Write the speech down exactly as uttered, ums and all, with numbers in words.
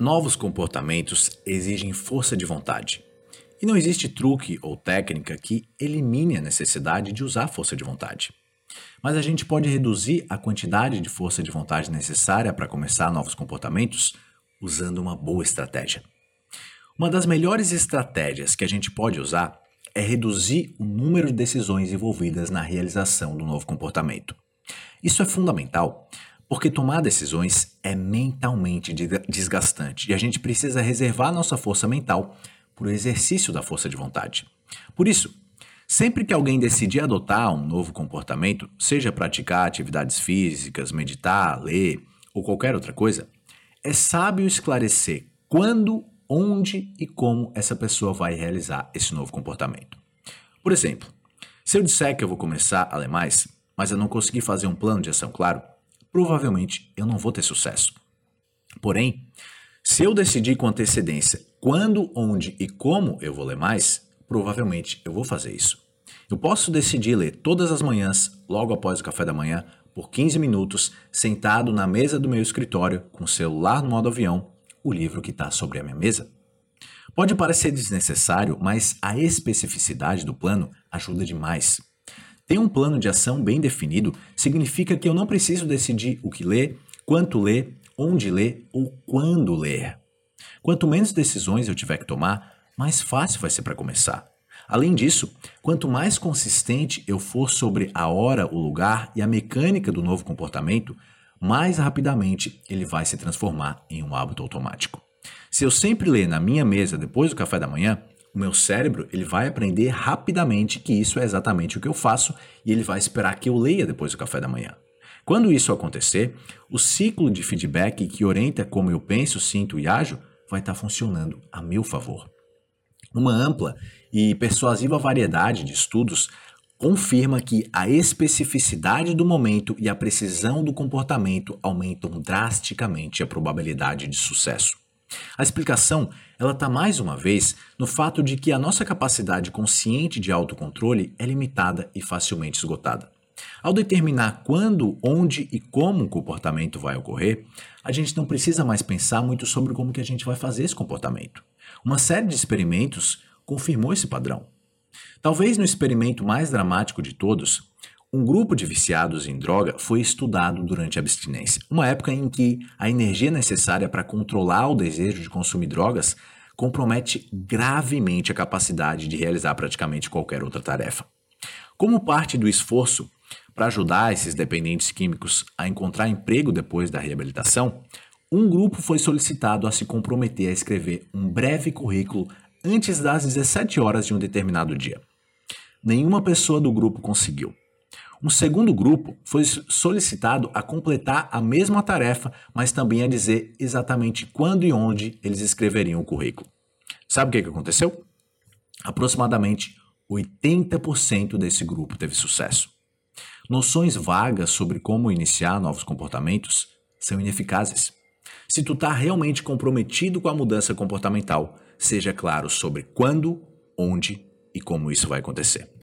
Novos comportamentos exigem força de vontade. E não existe truque ou técnica que elimine a necessidade de usar força de vontade. Mas a gente pode reduzir a quantidade de força de vontade necessária para começar novos comportamentos usando uma boa estratégia. Uma das melhores estratégias que a gente pode usar é reduzir o número de decisões envolvidas na realização do novo comportamento. Isso é fundamental porque tomar decisões é mentalmente desgastante e a gente precisa reservar nossa força mental para o exercício da força de vontade. Por isso, sempre que alguém decidir adotar um novo comportamento, seja praticar atividades físicas, meditar, ler ou qualquer outra coisa, é sábio esclarecer quando, onde e como essa pessoa vai realizar esse novo comportamento. Por exemplo, se eu disser que eu vou começar a ler mais, mas eu não conseguir fazer um plano de ação claro, provavelmente eu não vou ter sucesso. Porém, se eu decidir com antecedência quando, onde e como eu vou ler mais, provavelmente eu vou fazer isso. Eu posso decidir ler todas as manhãs, logo após o café da manhã, por quinze minutos, sentado na mesa do meu escritório, com o celular no modo avião, o livro que está sobre a minha mesa. Pode parecer desnecessário, mas a especificidade do plano ajuda demais. Ter um plano de ação bem definido significa que eu não preciso decidir o que ler, quanto ler, onde ler ou quando ler. Quanto menos decisões eu tiver que tomar, mais fácil vai ser para começar. Além disso, quanto mais consistente eu for sobre a hora, o lugar e a mecânica do novo comportamento, mais rapidamente ele vai se transformar em um hábito automático. Se eu sempre ler na minha mesa depois do café da manhã, o meu cérebro ele vai aprender rapidamente que isso é exatamente o que eu faço e ele vai esperar que eu leia depois do café da manhã. Quando isso acontecer, o ciclo de feedback que orienta como eu penso, sinto e ajo vai estar funcionando a meu favor. Uma ampla e persuasiva variedade de estudos confirma que a especificidade do momento e a precisão do comportamento aumentam drasticamente a probabilidade de sucesso. A explicação ela está mais uma vez no fato de que a nossa capacidade consciente de autocontrole é limitada e facilmente esgotada. Ao determinar quando, onde e como o comportamento vai ocorrer, a gente não precisa mais pensar muito sobre como que a gente vai fazer esse comportamento. Uma série de experimentos confirmou esse padrão. Talvez no experimento mais dramático de todos, um grupo de viciados em droga foi estudado durante a abstinência, uma época em que a energia necessária para controlar o desejo de consumir drogas compromete gravemente a capacidade de realizar praticamente qualquer outra tarefa. Como parte do esforço para ajudar esses dependentes químicos a encontrar emprego depois da reabilitação, um grupo foi solicitado a se comprometer a escrever um breve currículo antes das dezessete horas de um determinado dia. Nenhuma pessoa do grupo conseguiu. Um segundo grupo foi solicitado a completar a mesma tarefa, mas também a dizer exatamente quando e onde eles escreveriam o currículo. Sabe o que aconteceu? Aproximadamente oitenta por cento desse grupo teve sucesso. Noções vagas sobre como iniciar novos comportamentos são ineficazes. Se tu está realmente comprometido com a mudança comportamental, seja claro sobre quando, onde e como isso vai acontecer.